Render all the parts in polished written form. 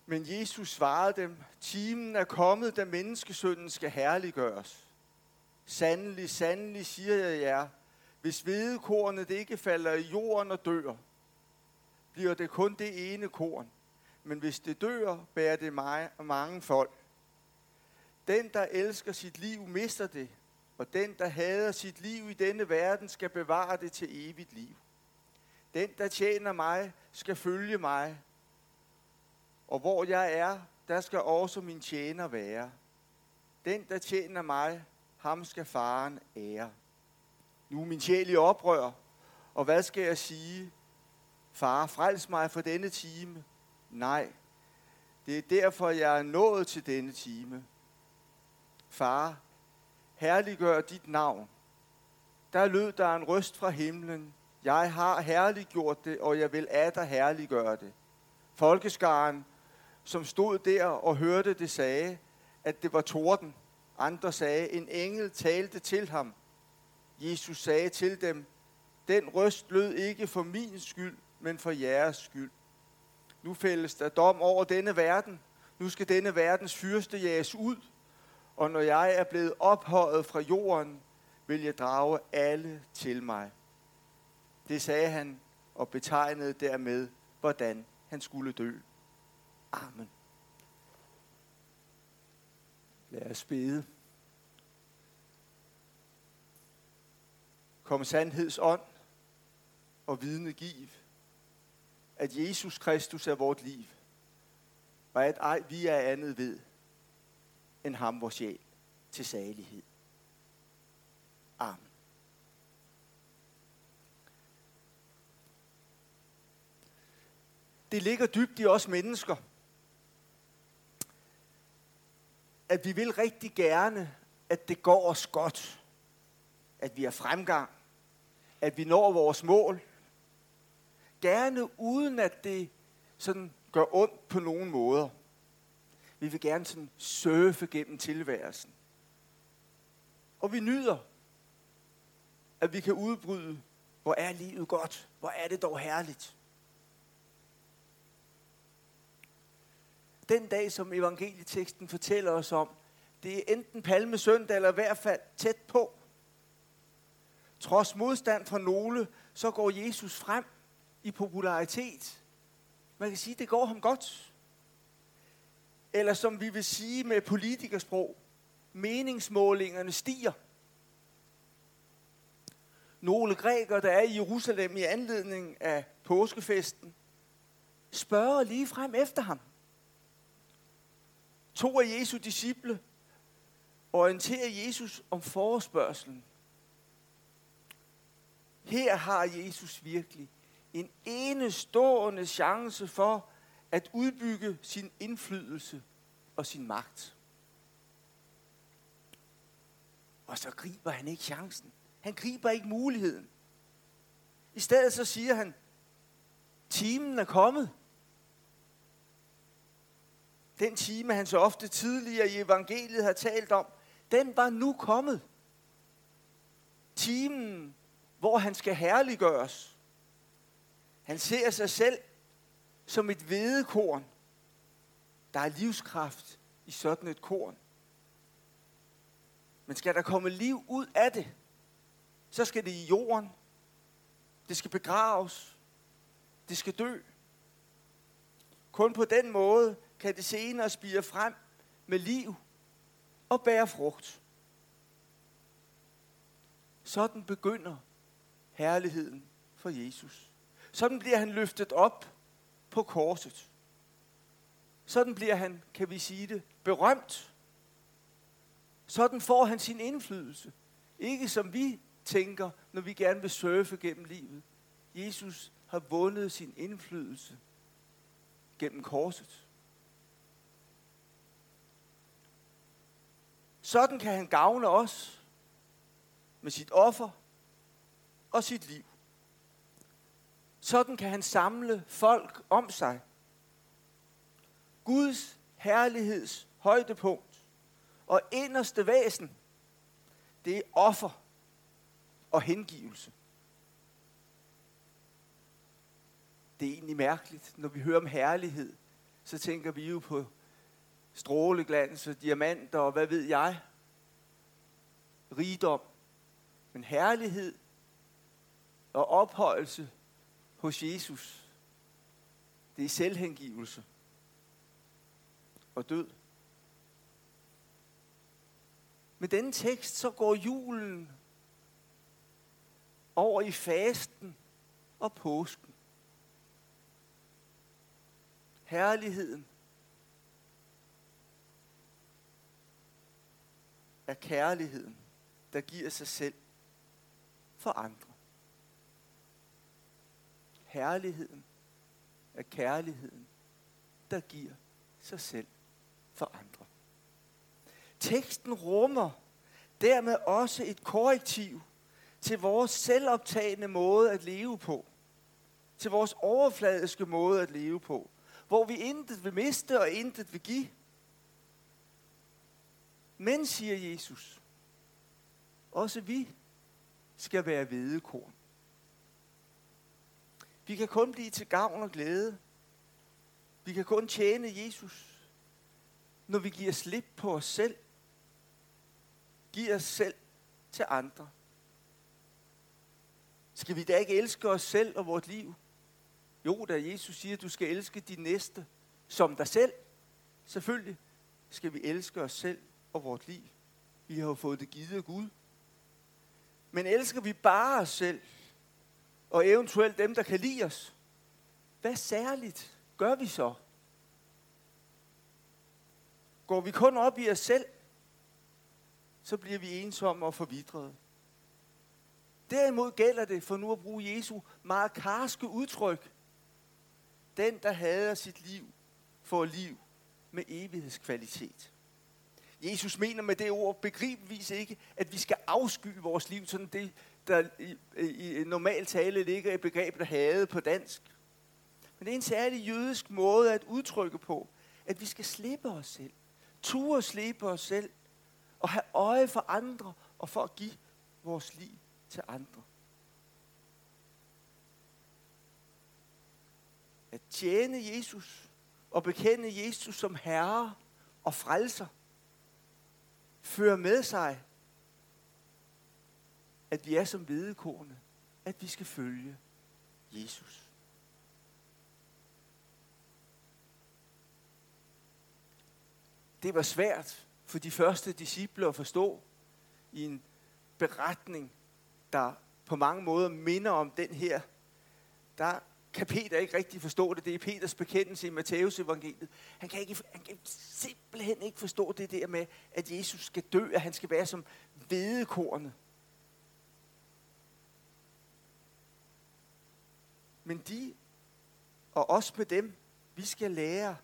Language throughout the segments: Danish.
Men Jesus svarede dem, timen er kommet, da menneskesønnen skal herliggøres. Sandelig, sandelig, siger jeg jer, hvis hvedekornet ikke falder i jorden og dør, bliver det kun det ene korn. Men hvis det dør, bærer det mange folk. Den, der elsker sit liv, mister det, og den, der hader sit liv i denne verden, skal bevare det til evigt liv. Den, der tjener mig, skal følge mig, og hvor jeg er, der skal også min tjener være. Den, der tjener mig, ham skal faren ære. Nu er min sjæl i oprør, og hvad skal jeg sige? Far, frels mig for denne time. Nej, det er derfor, jeg er nået til denne time. Far, herliggør dit navn. Der lød der en røst fra himlen. Jeg har herliggjort det, og jeg vil atter herliggøre det. Folkeskaren, som stod der og hørte det, sagde, at det var torden. Andre sagde, en engel talte til ham. Jesus sagde til dem, den røst lød ikke for min skyld, men for jeres skyld. Nu fældes der dom over denne verden. Nu skal denne verdens fyrste jages ud. Og når jeg er blevet ophøjet fra jorden, vil jeg drage alle til mig. Det sagde han og betegnede dermed, hvordan han skulle dø. Amen. Lad os bede. Kom sandheds ånd og vidne giv, at Jesus Kristus er vort liv, og at ej vi er andet ved, end ham vor sjæl til salighed. Amen. Det ligger dybt i os mennesker, at vi vil rigtig gerne, at det går os godt, at vi har fremgang, at vi når vores mål, gerne uden at det sådan gør ondt på nogen måder. Vi vil gerne sådan surfe gennem tilværelsen. Og vi nyder, at vi kan udbryde, hvor er livet godt, hvor er det dog herligt. Den dag, som evangelieteksten fortæller os om, det er enten palmesøndag, eller i hvert fald tæt på. Trods modstand fra nogle, så går Jesus frem i popularitet. Man kan sige, at det går ham godt. Eller som vi vil sige med politikersprog, meningsmålingerne stiger. Nogle grækere, der er i Jerusalem i anledning af påskefesten, spørger lige frem efter ham. 2 af Jesu disciple orienterer Jesus om forespørgslen. Her har Jesus virkelig en enestående chance for at udbygge sin indflydelse og sin magt. Og så griber han ikke chancen. Han griber ikke muligheden. I stedet så siger han, timen er kommet. Den time, han så ofte tidligere i evangeliet har talt om, den var nu kommet. Timen, hvor han skal herliggøres. Han ser sig selv som et hvedekorn. Der er livskraft i sådan et korn. Men skal der komme liv ud af det, så skal det i jorden. Det skal begraves. Det skal dø. Kun på den måde kan det senere spire frem med liv og bære frugt. Sådan begynder herligheden for Jesus. Sådan bliver han løftet op på korset. Sådan bliver han, kan vi sige det, berømt. Sådan får han sin indflydelse. Ikke som vi tænker, når vi gerne vil surfe gennem livet. Jesus har vundet sin indflydelse gennem korset. Sådan kan han gavne os med sit offer og sit liv. Sådan kan han samle folk om sig. Guds herligheds højdepunkt og inderste væsen, det er offer og hengivelse. Det er egentlig mærkeligt, når vi hører om herlighed, så tænker vi jo på stråleglans og diamanter og hvad ved jeg. Rigdom. Men herlighed og ophøjelse hos Jesus, det er selvhengivelse og død. Med denne tekst så går julen over i fasten og påsken. Herligheden er kærligheden, der giver sig selv for andre. Herligheden er kærligheden, der giver sig selv for andre. Teksten rummer dermed også et korrektiv til vores selvoptagende måde at leve på. Til vores overfladiske måde at leve på. Hvor vi intet vil miste og intet vil give. Men, siger Jesus, også vi skal være hvedekorn. Vi kan kun blive til gavn og glæde. Vi kan kun tjene Jesus, når vi giver slip på os selv. Giver os selv til andre. Skal vi da ikke elske os selv og vort liv? Jo, da Jesus siger, at du skal elske din næste som dig selv. Selvfølgelig skal vi elske os selv og vort liv. Vi har jo fået det givet af Gud. Men elsker vi bare os selv, og eventuelt dem, der kan lide os, hvad særligt gør vi så? Går vi kun op i os selv, så bliver vi ensomme og forvidrede. Derimod gælder det, for nu at bruge Jesu meget karske udtryk, den, der hader sit liv, får liv med evighedskvalitet. Jesus mener med det ord begribeligvis ikke, at vi skal afsky vores liv, sådan det, der i normal tale ligger i begrebet at hade på dansk. Men det er en særlig jødisk måde at udtrykke på, at vi skal slippe os selv. Ture slippe os selv, og have øje for andre, og for at give vores liv til andre. At tjene Jesus og bekende Jesus som herre og frelser, fører med sig, at vi er som hvedekornet, at vi skal følge Jesus. Det var svært for de første disciple at forstå i en beretning, der på mange måder minder om den her. Der kan Peter ikke rigtig forstå det. Det er Peters bekendelse i Matthæus evangeliet. Han kan simpelthen ikke forstå det der med, at Jesus skal dø, at han skal være som hvedekornet. Men de, og os med dem, vi skal lære,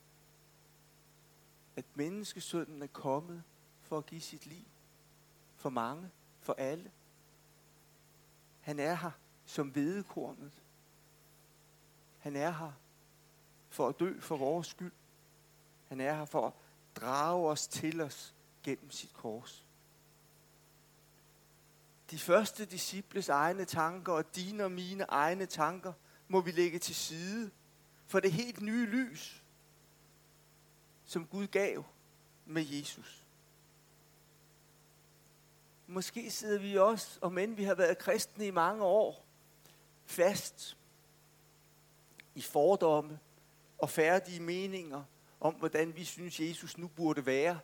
at menneskesønnen er kommet for at give sit liv. For mange, for alle. Han er her som hvedekornet. Han er her for at dø for vores skyld. Han er her for at drage os til os gennem sit kors. De første disciples egne tanker og dine og mine egne tanker må vi lægge til side for det helt nye lys, som Gud gav med Jesus. Måske sidder vi også, og men vi har været kristne i mange år, fast i fordomme og færdige meninger om, hvordan vi synes, Jesus nu burde være.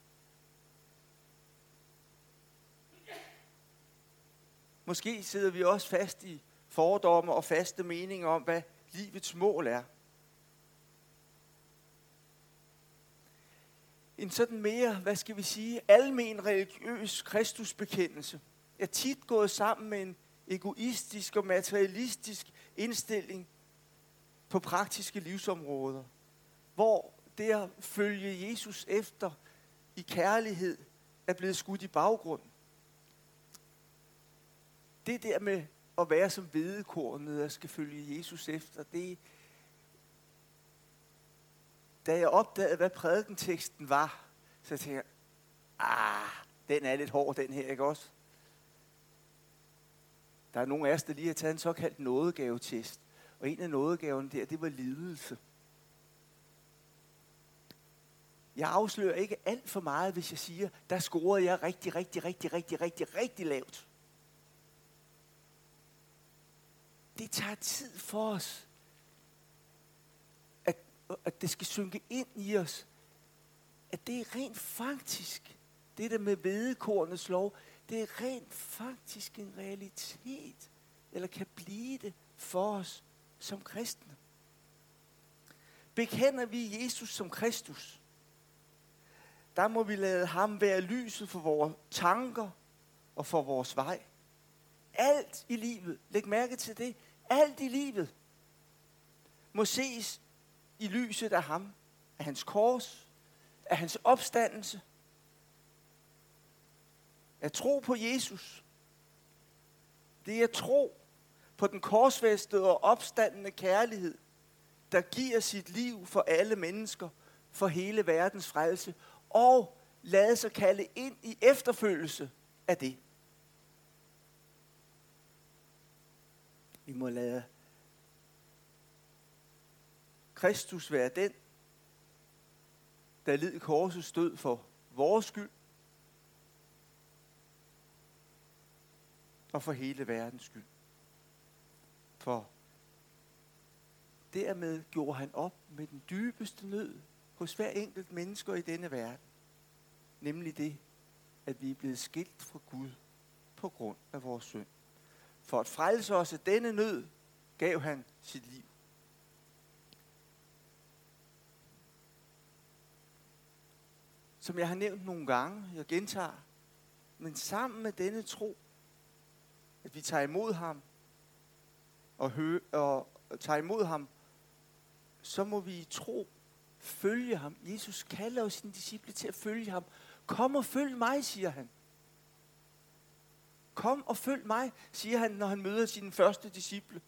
Måske sidder vi også fast i fordomme og faste meninger om, hvad livets mål er. En sådan mere, hvad skal vi sige, almen religiøs kristusbekendelse er tit gået sammen med en egoistisk og materialistisk indstilling på praktiske livsområder, hvor det at følge Jesus efter i kærlighed er blevet skudt i baggrunden. Det der med at være som hvedekornet og skal følge Jesus efter, det da jeg opdagede, hvad prædikenteksten var, så tænkte jeg, den er lidt hård, den her, ikke også? Der er nogle af os, der lige har taget en såkaldt nådegavetest. Og en af nådegaven der, det var lidelse. Jeg afslører ikke alt for meget, hvis jeg siger, der scorede jeg rigtig lavt. Det tager tid for os, at det skal synke ind i os, at det er rent faktisk, det der med hvedekornets lov, det er rent faktisk en realitet, eller kan blive det for os som kristne. Bekender vi Jesus som Kristus, der må vi lade ham være lyset for vores tanker og for vores vej. Alt i livet, læg mærke til det, alt i livet må ses i lyset af ham, af hans kors, af hans opstandelse. At tro på Jesus, det er at tro på den korsfæstede og opstandende kærlighed, der giver sit liv for alle mennesker, for hele verdens frelse, og lade sig kalde ind i efterfølgelse af det. Vi må lade Kristus være den, der led korsets død for vores skyld, og for hele verdens skyld. For dermed gjorde han op med den dybeste nød hos hver enkelt menneske i denne verden. Nemlig det, at vi er blevet skilt fra Gud på grund af vores synd. For at frelse os af denne nød, gav han sit liv. Som jeg har nævnt nogle gange, jeg gentager, men sammen med denne tro, at vi tager imod ham og tager imod ham, så må vi i tro følge ham. Jesus kalder jo sine disciple til at følge ham. Kom og følg mig, siger han. Kom og følg mig, siger han, når han møder sine første disciple.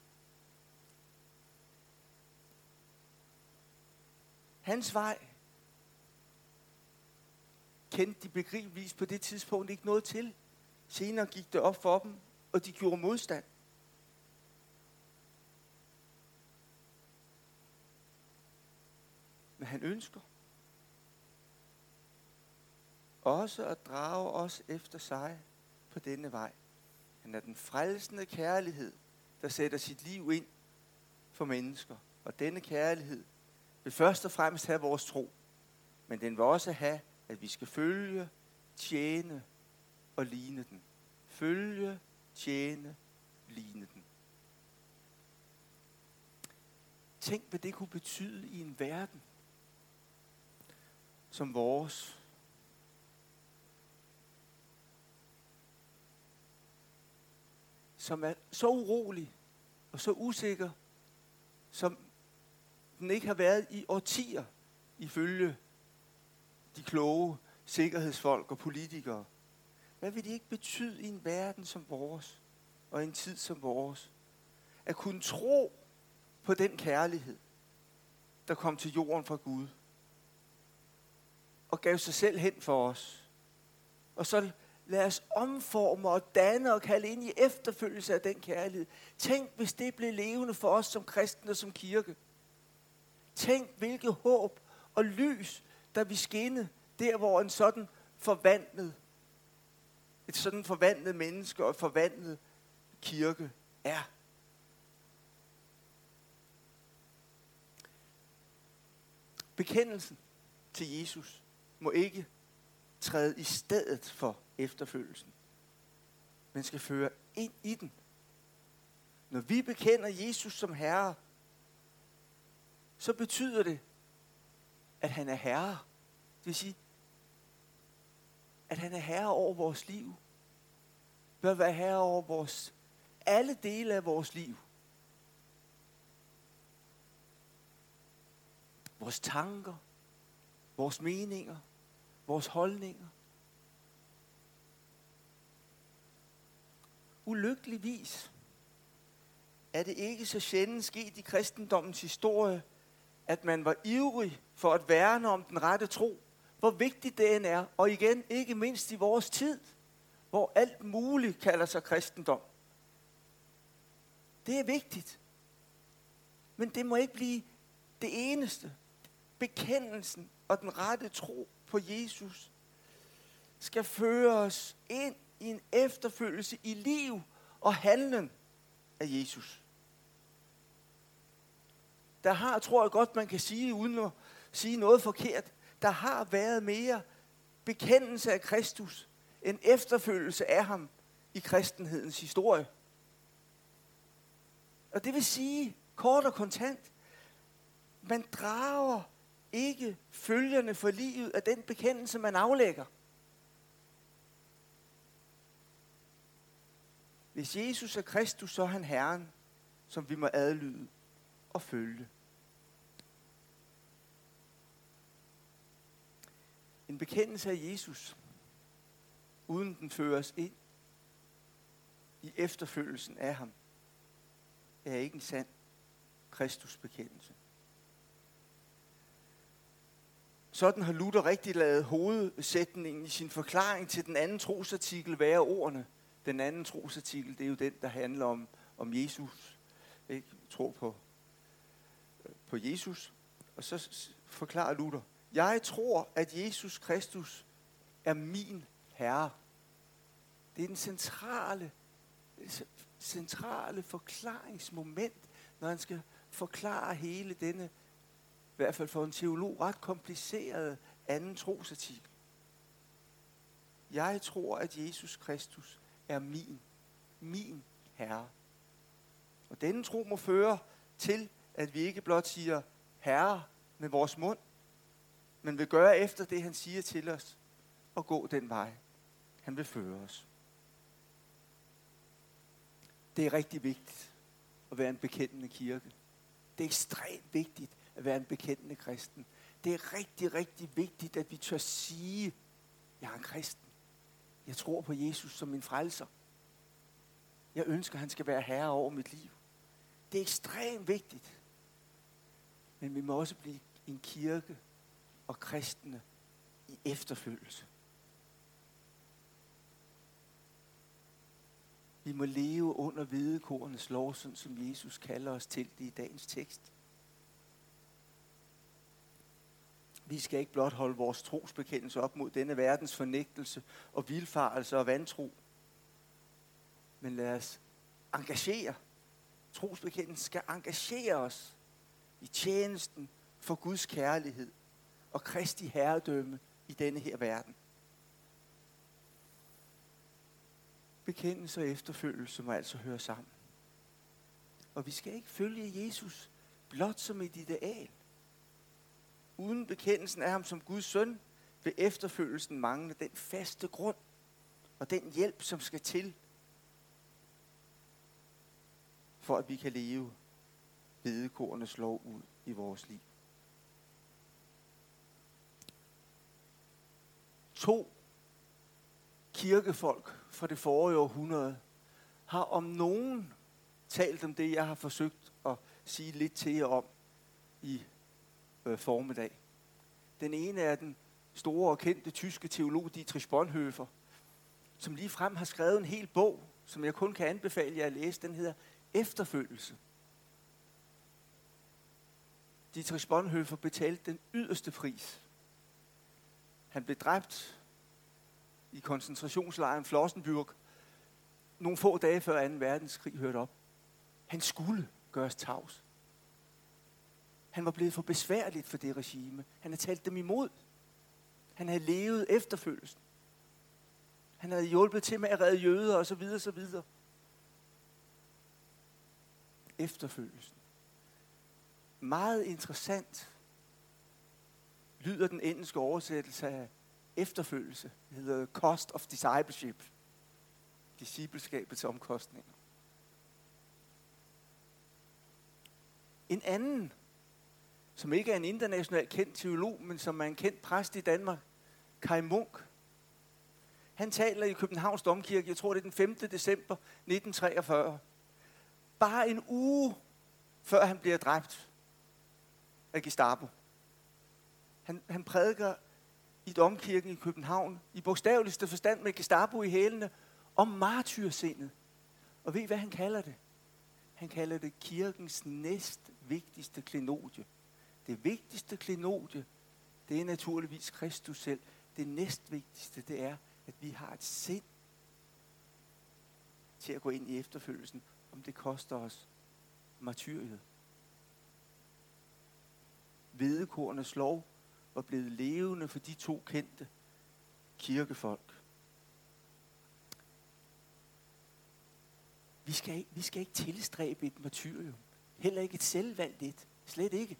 Hans vej kendte de begribeligvis på det tidspunkt ikke noget til. Senere gik det op for dem, og de gjorde modstand. Men han ønsker også at drage os efter sig på denne vej. Han er den frelsende kærlighed, der sætter sit liv ind for mennesker. Og denne kærlighed vil først og fremmest have vores tro. Men den vil også have, at vi skal følge, tjene og ligne den. Følge, tjene, ligne den. Tænk, hvad det kunne betyde i en verden som vores. Som er så urolig og så usikker, som den ikke har været i årtier, ifølge de kloge sikkerhedsfolk og politikere. Hvad vil det ikke betyde i en verden som vores, og en tid som vores? At kunne tro på den kærlighed, der kom til jorden fra Gud, og gav sig selv hen for os. Og så lad os omforme og danne og kalde ind i efterfølgelse af den kærlighed. Tænk, hvis det blev levende for os som kristne og som kirke. Tænk, hvilket håb og lys, der vi skinne, der hvor et sådan forvandlet menneske og et forvandlet kirke er. Bekendelsen til Jesus må ikke træde i stedet for efterfølgelsen, men skal føre ind i den. Når vi bekender Jesus som Herre, så betyder det, at han er Herre. Det vil sige, at han er Herre over vores liv. Bør være Herre over alle dele af vores liv. Vores tanker, vores meninger, vores holdninger. Ulykkeligvis er det ikke så sjældent sket i kristendommens historie, at man var ivrig for at værne om den rette tro, hvor vigtig den er, og igen ikke mindst i vores tid, hvor alt muligt kalder sig kristendom. Det er vigtigt, men det må ikke blive det eneste. bekendelsen og den rette tro på Jesus skal føre os ind i en efterfølgelse i liv og handlen af Jesus. Der har, tror jeg godt, man kan sige, uden at sige noget forkert, der har været mere bekendelse af Kristus end efterfølgelse af ham i kristenhedens historie. Og det vil sige, kort og kontant, man drager ikke følgerne for livet af den bekendelse, man aflægger. Hvis Jesus er Kristus, så er han Herren, som vi må adlyde og følge. En bekendelse af Jesus, uden den føres ind i efterfølgelsen af ham, er ikke en sand Kristusbekendelse. Sådan har Luther rigtig lavet hovedsætningen i sin forklaring til den anden trosartikel være ordene. Den anden trosartikel, det er jo den, der handler om Jesus. Ikke? Tro på Jesus. Og så forklarer Luther, jeg tror, at Jesus Kristus er min Herre. Det er den centrale forklaringsmoment, når han skal forklare hele denne, i hvert fald for en teolog, ret komplicerede anden trosartikel. Jeg tror, at Jesus Kristus er min Herre. Og denne tro må føre til, at vi ikke blot siger Herre med vores mund, men vil gøre efter det, han siger til os, og gå den vej, han vil føre os. Det er rigtig vigtigt at være en bekendende kirke. Det er ekstremt vigtigt at være en bekendende kristen. Det er rigtig, rigtig vigtigt, at vi tør sige, jeg er en kristen. Jeg tror på Jesus som min frelser. Jeg ønsker, at han skal være herre over mit liv. Det er ekstremt vigtigt. Men vi må også blive en kirke og kristne i efterfølgelse. Vi må leve under hvedekornets lov, sådan som Jesus kalder os til det i dagens tekst. Vi skal ikke blot holde vores trosbekendelse op mod denne verdens fornægtelse og vildfarelse og vantro, men lad os engagere. Trosbekendelsen skal engagere os i tjenesten for Guds kærlighed og Kristi herredømme i denne her verden. Bekendelse og efterfølgelse må altså høre sammen. Og vi skal ikke følge Jesus blot som et ideal. Uden bekendelsen af ham som Guds søn, vil efterfølgelsen mangle den faste grund og den hjælp, som skal til, for at vi kan leve hvedekornets lov ud i vores liv. 2 kirkefolk fra det forrige århundrede har om nogen talt om det, jeg har forsøgt at sige lidt til jer om i formiddag. Den ene er den store og kendte tyske teolog Dietrich Bonhoeffer, som lige frem har skrevet en hel bog, som jeg kun kan anbefale jer at læse. Den hedder Efterfølgelse. Dietrich Bonhoeffer betalte den yderste pris. Han blev dræbt i koncentrationslejren Flossenbürg nogle få dage før 2. verdenskrig hørte op. Han skulle gøres tavs. Han var blevet for besværligt for det regime. Han havde talt dem imod. Han havde levet efterfølgelsen. Han havde hjulpet til med at redde jøder og så videre, så videre. Efterfølgelsen. Meget interessant lyder den engelske oversættelse af efterfølgelse. Det hedder Cost of Discipleship. Discipleskabets omkostninger. En anden, som ikke er en internationalt kendt teolog, men som er en kendt præst i Danmark, Kai Munk. Han taler i Københavns Domkirke, jeg tror det er den 5. december 1943. Bare en uge før han bliver dræbt af Gestapo. Han prædiker i Domkirken i København, i bogstaveligste forstand med Gestapo i hælene, om martyrsindet. Og ved I, hvad han kalder det? Han kalder det kirkens næst vigtigste klenodie. Det vigtigste klenodie, det er naturligvis Kristus selv. Det næstvigtigste, det er, at vi har et sind til at gå ind i efterfølgelsen, om det koster os martyriet. Hvedekornets lov var blevet levende for de to kendte kirkefolk. Vi skal ikke tilstræbe et martyrium. Heller ikke et selvvalgt et. Slet ikke.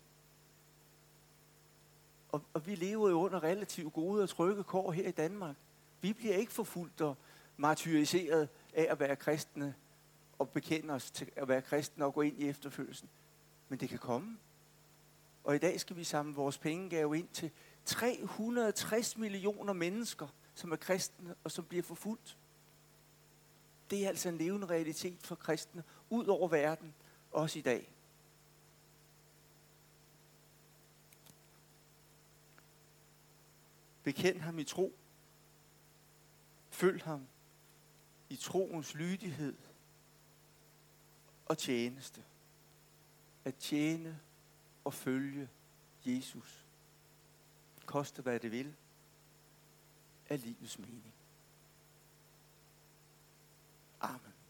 Og vi lever jo under relativt gode og trygge kår her i Danmark. Vi bliver ikke forfulgt og martyriseret af at være kristne og bekende os til at være kristne og gå ind i efterfølgelsen. Men det kan komme. Og i dag skal vi samle vores pengegave ind til 360 millioner mennesker, som er kristne og som bliver forfulgt. Det er altså en levende realitet for kristne ud over verden, også i dag. Bekend ham i tro. Følg ham i troens lydighed og tjeneste. At tjene og følge Jesus. Koste hvad det vil, er livets mening. Amen.